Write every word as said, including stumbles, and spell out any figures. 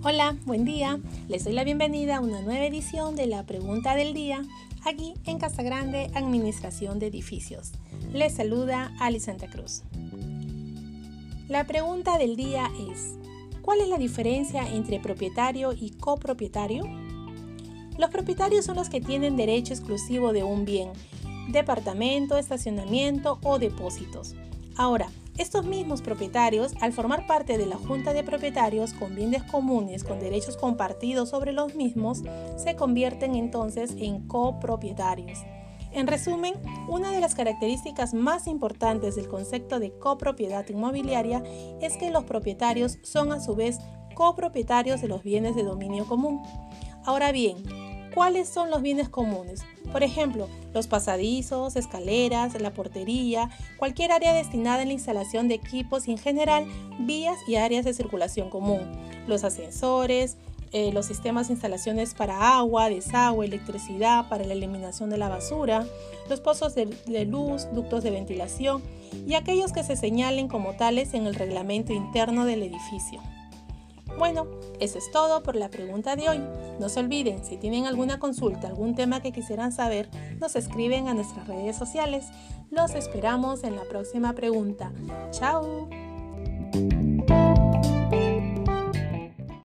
Hola, buen día. Les doy la bienvenida a una nueva edición de la pregunta del día aquí en Casa Grande, Administración de Edificios. Les saluda Ali Santa Cruz. La pregunta del día es: ¿cuál es la diferencia entre propietario y copropietario? Los propietarios son los que tienen derecho exclusivo de un bien, departamento, estacionamiento o depósitos. Ahora, estos mismos propietarios, al formar parte de la junta de propietarios con bienes comunes con derechos compartidos sobre los mismos, se convierten entonces en copropietarios. En resumen, una de las características más importantes del concepto de copropiedad inmobiliaria es que los propietarios son a su vez copropietarios de los bienes de dominio común. Ahora bien, ¿cuáles son los bienes comunes? Por ejemplo, los pasadizos, escaleras, la portería, cualquier área destinada a la instalación de equipos y en general vías y áreas de circulación común, los ascensores, eh, los sistemas de instalaciones para agua, desagüe, electricidad, para la eliminación de la basura, los pozos de, de luz, ductos de ventilación y aquellos que se señalen como tales en el reglamento interno del edificio. Bueno, eso es todo por la pregunta de hoy. No se olviden, si tienen alguna consulta, algún tema que quisieran saber, nos escriben a nuestras redes sociales. Los esperamos en la próxima pregunta. ¡Chao!